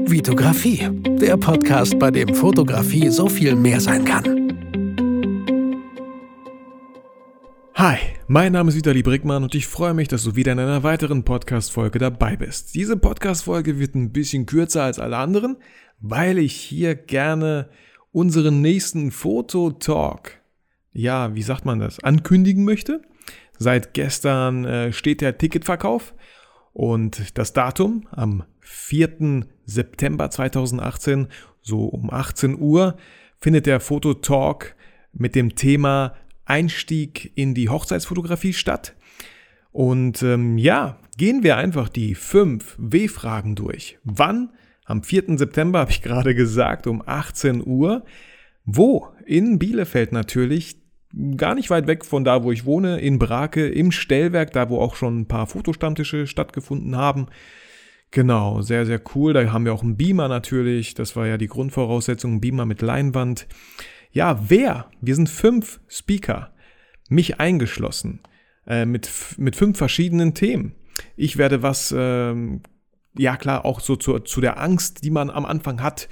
Vitografie, der Podcast, bei dem Fotografie so viel mehr sein kann. Hi, mein Name ist Vitali Brickmann und ich freue mich, dass du wieder in einer weiteren Podcast-Folge dabei bist. Diese Podcast-Folge wird ein bisschen kürzer als alle anderen, weil ich hier gerne unseren nächsten Fototalk, wie sagt man das, ankündigen möchte. Seit gestern steht der Ticketverkauf und das Datum am 4. September 2018, so um 18 Uhr, findet der Fototalk mit dem Thema Einstieg in die Hochzeitsfotografie statt. Und gehen wir einfach die 5 W-Fragen durch. Wann? Am 4. September, habe ich gerade gesagt, um 18 Uhr. Wo? In Bielefeld natürlich. Gar nicht weit weg von da, wo ich wohne, in Brake, im Stellwerk, da wo auch schon ein paar Fotostammtische stattgefunden haben. Genau, sehr, sehr cool. Da haben wir auch einen Beamer natürlich. Das war ja die Grundvoraussetzung, ein Beamer mit Leinwand. Ja, wer? Wir sind 5 Speaker, mich eingeschlossen, mit 5 verschiedenen Themen. Ich werde was, auch so zu der Angst, die man am Anfang hat.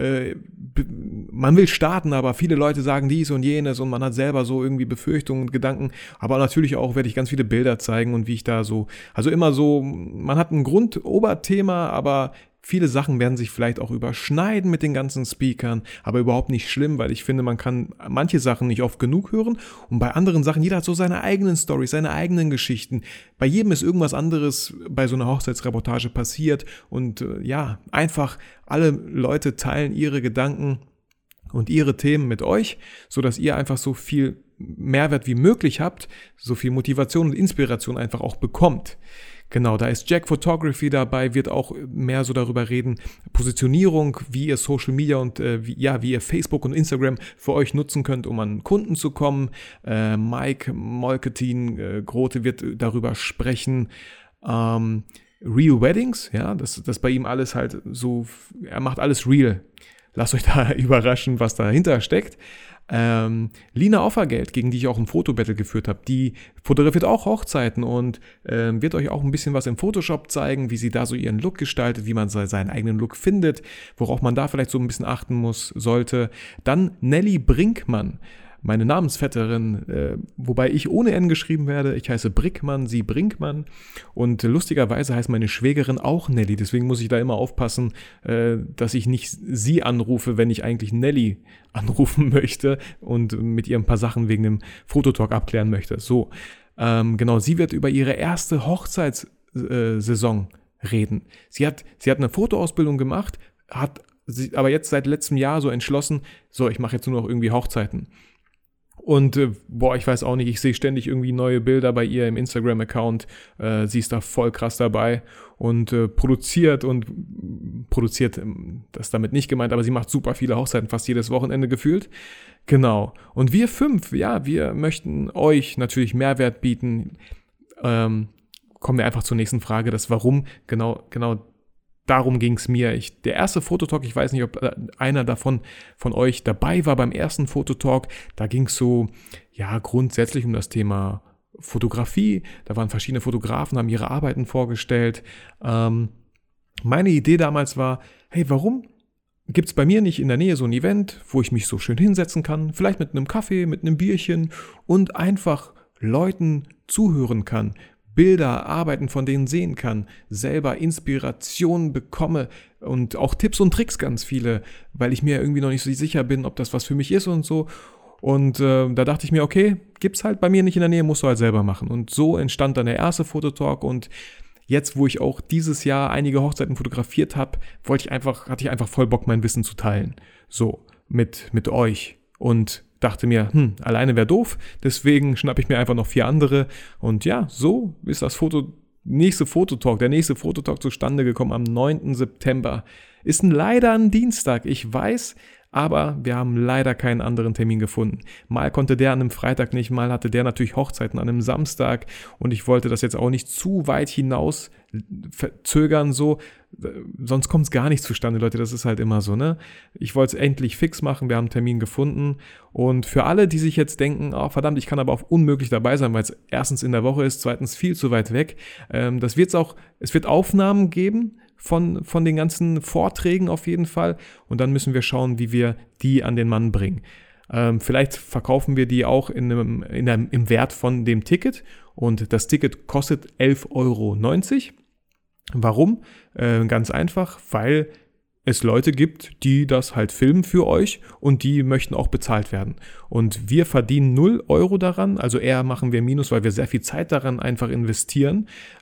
Man will starten, aber viele Leute sagen dies und jenes und man hat selber so irgendwie Befürchtungen und Gedanken. Aber natürlich auch werde ich ganz viele Bilder zeigen und wie ich da so, also immer so, man hat ein Grundoberthema, aber viele Sachen werden sich vielleicht auch überschneiden mit den ganzen Speakern, aber überhaupt nicht schlimm, weil ich finde, man kann manche Sachen nicht oft genug hören und bei anderen Sachen, jeder hat so seine eigenen Storys, seine eigenen Geschichten. Bei jedem ist irgendwas anderes bei so einer Hochzeitsreportage passiert und einfach alle Leute teilen ihre Gedanken und ihre Themen mit euch, sodass ihr einfach so viel Mehrwert wie möglich habt, so viel Motivation und Inspiration einfach auch bekommt. Genau, da ist Jack Photography dabei, wird auch mehr so darüber reden, Positionierung, wie ihr Social Media und wie ihr Facebook und Instagram für euch nutzen könnt, um an Kunden zu kommen. Mike Molketin Grote wird darüber sprechen. Real Weddings, das bei ihm alles halt so, er macht alles real. Lasst euch da überraschen, was dahinter steckt. Lina Offergeld, gegen die ich auch ein Fotobattle geführt habe, die fotografiert auch Hochzeiten und wird euch auch ein bisschen was im Photoshop zeigen, wie sie da so ihren Look gestaltet, wie man seinen eigenen Look findet, worauf man da vielleicht so ein bisschen achten sollte. Dann Nelly Brinkmann, meine Namensvetterin, wobei ich ohne N geschrieben werde. Ich heiße Brickmann, sie Brinkmann und lustigerweise heißt meine Schwägerin auch Nelly. Deswegen muss ich da immer aufpassen, dass ich nicht sie anrufe, wenn ich eigentlich Nelly anrufen möchte und mit ihr ein paar Sachen wegen dem Fototalk abklären möchte. So, sie wird über ihre erste Hochzeitssaison reden. Sie hat eine Fotoausbildung gemacht, hat aber jetzt seit letztem Jahr so entschlossen, ich mache jetzt nur noch irgendwie Hochzeiten. Und ich weiß auch nicht, ich sehe ständig irgendwie neue Bilder bei ihr im Instagram-Account. Sie ist da voll krass dabei und produziert, das ist damit nicht gemeint, aber sie macht super viele Hochzeiten, fast jedes Wochenende gefühlt. Genau. Und wir 5, wir möchten euch natürlich Mehrwert bieten. Kommen wir einfach zur nächsten Frage, das Warum, genau darum ging es mir. Der erste Fototalk, ich weiß nicht, ob einer davon von euch dabei war beim ersten Fototalk. Da ging es so, grundsätzlich um das Thema Fotografie. Da waren verschiedene Fotografen, haben ihre Arbeiten vorgestellt. Meine Idee damals war, hey, warum gibt es bei mir nicht in der Nähe so ein Event, wo ich mich so schön hinsetzen kann, vielleicht mit einem Kaffee, mit einem Bierchen und einfach Leuten zuhören kann, Bilder, Arbeiten von denen sehen kann, selber Inspiration bekomme und auch Tipps und Tricks ganz viele, weil ich mir irgendwie noch nicht so sicher bin, ob das was für mich ist und so. Und da dachte ich mir, okay, gibt's halt bei mir nicht in der Nähe, musst du halt selber machen. Und so entstand dann der erste Fototalk und jetzt, wo ich auch dieses Jahr einige Hochzeiten fotografiert habe, hatte ich einfach voll Bock, mein Wissen zu teilen. So, mit euch. Und dachte mir, alleine wäre doof, deswegen schnappe ich mir einfach noch 4 andere und so ist der nächste Fototalk zustande gekommen am 9. September. Ist leider ein Dienstag, ich weiß, aber wir haben leider keinen anderen Termin gefunden. Mal konnte der an einem Freitag nicht, mal hatte der natürlich Hochzeiten an einem Samstag und ich wollte das jetzt auch nicht zu weit hinaus verzögern, so, sonst kommt es gar nicht zustande, Leute, das ist halt immer so, ne? Ich wollte es endlich fix machen, wir haben einen Termin gefunden und für alle, die sich jetzt denken, oh verdammt, ich kann aber auch unmöglich dabei sein, weil es erstens in der Woche ist, zweitens viel zu weit weg, es wird Aufnahmen geben von den ganzen Vorträgen auf jeden Fall. Und dann müssen wir schauen, wie wir die an den Mann bringen. Vielleicht verkaufen wir die auch im Wert von dem Ticket. Und das Ticket kostet 11,90 €. Warum? Ganz einfach, weil es Leute gibt, die das halt filmen für euch und die möchten auch bezahlt werden. Und wir verdienen 0 € daran, also eher machen wir Minus, weil wir sehr viel Zeit daran einfach investieren.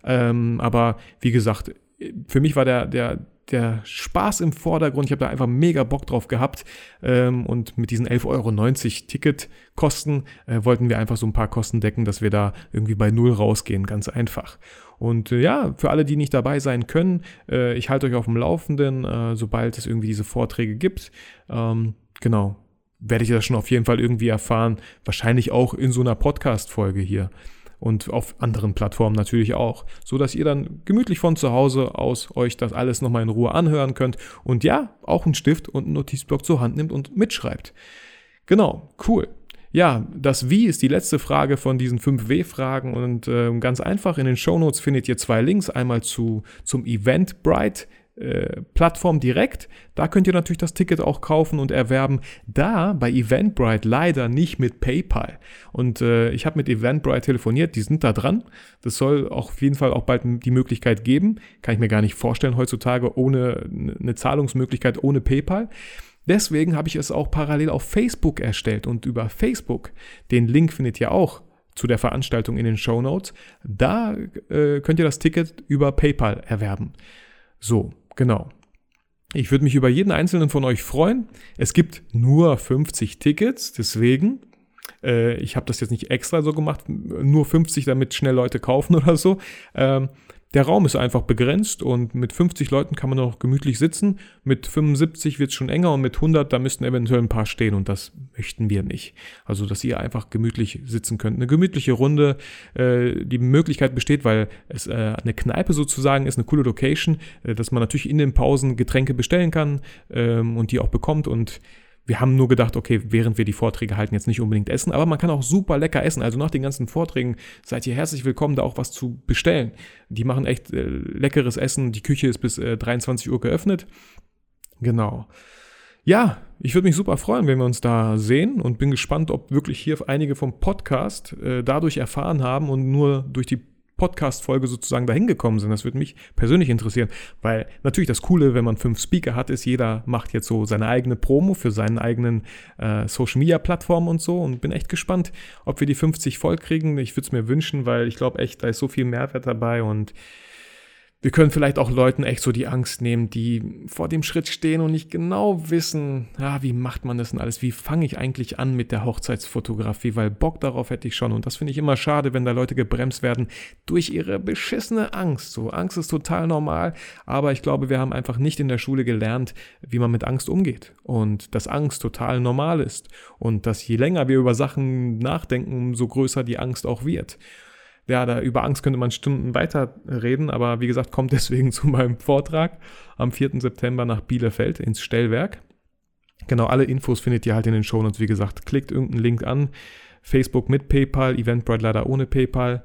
Aber wie gesagt, für mich war der Spaß im Vordergrund. Ich habe da einfach mega Bock drauf gehabt. Und mit diesen 11,90 € Ticketkosten wollten wir einfach so ein paar Kosten decken, dass wir da irgendwie bei 0 rausgehen. Ganz einfach. Und ja, für alle, die nicht dabei sein können, ich halte euch auf dem Laufenden, sobald es irgendwie diese Vorträge gibt. Genau, werde ich das schon auf jeden Fall irgendwie erfahren. Wahrscheinlich auch in so einer Podcast-Folge hier. Und auf anderen Plattformen natürlich auch, so dass ihr dann gemütlich von zu Hause aus euch das alles nochmal in Ruhe anhören könnt und ja, auch einen Stift und einen Notizblock zur Hand nimmt und mitschreibt. Genau, cool. Ja, das Wie ist die letzte Frage von diesen 5 W-Fragen und ganz einfach, in den Shownotes findet ihr 2 Links, einmal zum Eventbrite Plattform direkt, da könnt ihr natürlich das Ticket auch kaufen und erwerben, da bei Eventbrite leider nicht mit PayPal und ich habe mit Eventbrite telefoniert, die sind da dran, das soll auch auf jeden Fall auch bald die Möglichkeit geben, kann ich mir gar nicht vorstellen heutzutage ohne eine Zahlungsmöglichkeit ohne PayPal. Deswegen habe ich es auch parallel auf Facebook erstellt und über Facebook, den Link findet ihr auch zu der Veranstaltung in den Shownotes, da könnt ihr das Ticket über PayPal erwerben. So, genau. Ich würde mich über jeden einzelnen von euch freuen. Es gibt nur 50 Tickets, deswegen, ich habe das jetzt nicht extra so gemacht, nur 50, damit schnell Leute kaufen oder so. Der Raum ist einfach begrenzt und mit 50 Leuten kann man noch gemütlich sitzen. Mit 75 wird es schon enger und mit 100, da müssten eventuell ein paar stehen und das möchten wir nicht. Also, dass ihr einfach gemütlich sitzen könnt. Eine gemütliche Runde, die Möglichkeit besteht, weil es eine Kneipe sozusagen ist, eine coole Location, dass man natürlich in den Pausen Getränke bestellen kann und die auch bekommt und wir haben nur gedacht, okay, während wir die Vorträge halten, jetzt nicht unbedingt essen, aber man kann auch super lecker essen. Also nach den ganzen Vorträgen seid ihr herzlich willkommen, da auch was zu bestellen. Die machen echt leckeres Essen. Die Küche ist bis 23 Uhr geöffnet. Genau. Ja, ich würde mich super freuen, wenn wir uns da sehen und bin gespannt, ob wirklich hier einige vom Podcast dadurch erfahren haben und nur durch die Podcast-Folge sozusagen dahin gekommen sind. Das würde mich persönlich interessieren, weil natürlich das Coole, wenn man 5 Speaker hat, ist, jeder macht jetzt so seine eigene Promo für seinen eigenen Social-Media-Plattformen und so und bin echt gespannt, ob wir die 50 voll kriegen. Ich würde es mir wünschen, weil ich glaube echt, da ist so viel Mehrwert dabei und wir können vielleicht auch Leuten echt so die Angst nehmen, die vor dem Schritt stehen und nicht genau wissen, wie macht man das denn alles, wie fange ich eigentlich an mit der Hochzeitsfotografie, weil Bock darauf hätte ich schon und das finde ich immer schade, wenn da Leute gebremst werden durch ihre beschissene Angst. So, Angst ist total normal, aber ich glaube, wir haben einfach nicht in der Schule gelernt, wie man mit Angst umgeht und dass Angst total normal ist und dass je länger wir über Sachen nachdenken, umso größer die Angst auch wird. Ja, über Angst könnte man Stunden weiter reden, aber wie gesagt, kommt deswegen zu meinem Vortrag am 4. September nach Bielefeld ins Stellwerk. Genau, alle Infos findet ihr halt in den Shownotes. Wie gesagt, klickt irgendeinen Link an. Facebook mit PayPal, Eventbrite leider ohne PayPal.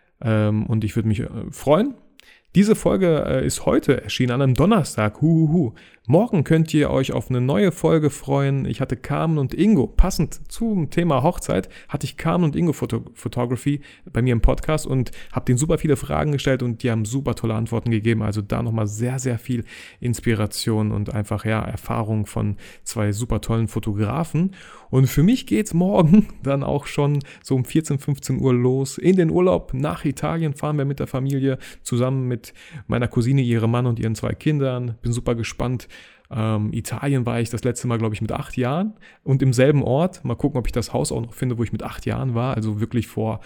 Und ich würde mich freuen. Diese Folge ist heute erschienen an einem Donnerstag. Morgen könnt ihr euch auf eine neue Folge freuen. Ich hatte Carmen und Ingo, passend zum Thema Hochzeit, hatte ich Carmen und Ingo Photography bei mir im Podcast und habe denen super viele Fragen gestellt und die haben super tolle Antworten gegeben. Also da nochmal sehr, sehr viel Inspiration und einfach Erfahrung von 2 super tollen Fotografen. Und für mich geht's morgen dann auch schon so um 14, 15 Uhr los. In den Urlaub nach Italien fahren wir mit der Familie zusammen mit meiner Cousine, ihrem Mann und ihren 2 Kindern. Bin super gespannt. Italien war ich das letzte Mal, glaube ich, mit 8 Jahren und im selben Ort. Mal gucken, ob ich das Haus auch noch finde, wo ich mit 8 Jahren war. Also wirklich vor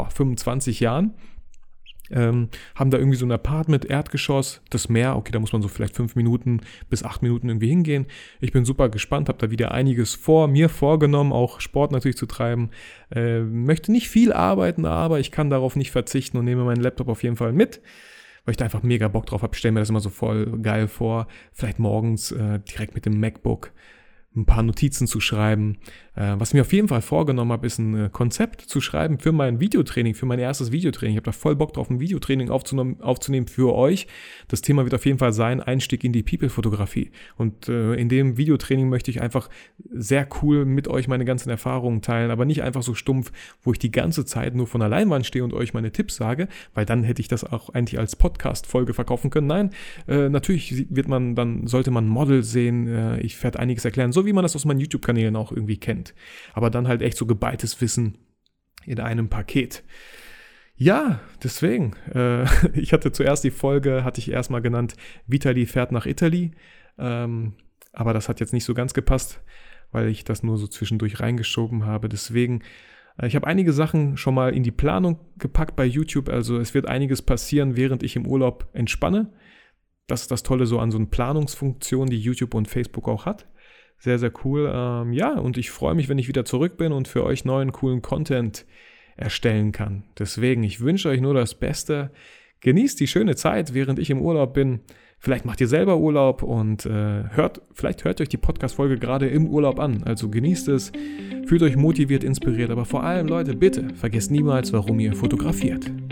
25 Jahren. Haben da irgendwie so ein Apartment, Erdgeschoss, das Meer, okay, da muss man so vielleicht 5 Minuten bis 8 Minuten irgendwie hingehen. Ich bin super gespannt, habe da wieder einiges mir vorgenommen, auch Sport natürlich zu treiben. Möchte nicht viel arbeiten, aber ich kann darauf nicht verzichten und nehme meinen Laptop auf jeden Fall mit, weil ich da einfach mega Bock drauf habe. Ich stelle mir das immer so voll geil vor, vielleicht morgens direkt mit dem MacBook ein paar Notizen zu schreiben. Was ich mir auf jeden Fall vorgenommen habe, ist ein Konzept zu schreiben für mein Videotraining, für mein erstes Videotraining. Ich habe da voll Bock drauf, ein Videotraining aufzunehmen für euch. Das Thema wird auf jeden Fall sein, Einstieg in die People-Fotografie. Und in dem Videotraining möchte ich einfach sehr cool mit euch meine ganzen Erfahrungen teilen, aber nicht einfach so stumpf, wo ich die ganze Zeit nur von der Leinwand stehe und euch meine Tipps sage, weil dann hätte ich das auch eigentlich als Podcast-Folge verkaufen können. Nein, natürlich sollte man Model sehen, ich werde einiges erklären, so wie man das aus meinen YouTube-Kanälen auch irgendwie kennt. Aber dann halt echt so geballtes Wissen in einem Paket. Ja, deswegen, ich hatte zuerst die Folge, hatte ich erstmal genannt, Vitali fährt nach Italy, aber das hat jetzt nicht so ganz gepasst, weil ich das nur so zwischendurch reingeschoben habe. Deswegen, ich habe einige Sachen schon mal in die Planung gepackt bei YouTube, also es wird einiges passieren, während ich im Urlaub entspanne. Das ist das Tolle so an so einer Planungsfunktion, die YouTube und Facebook auch hat. Sehr, sehr cool. Und ich freue mich, wenn ich wieder zurück bin und für euch neuen, coolen Content erstellen kann. Deswegen, ich wünsche euch nur das Beste. Genießt die schöne Zeit, während ich im Urlaub bin. Vielleicht macht ihr selber Urlaub und vielleicht hört euch die Podcast-Folge gerade im Urlaub an. Also genießt es, fühlt euch motiviert, inspiriert. Aber vor allem, Leute, bitte vergesst niemals, warum ihr fotografiert.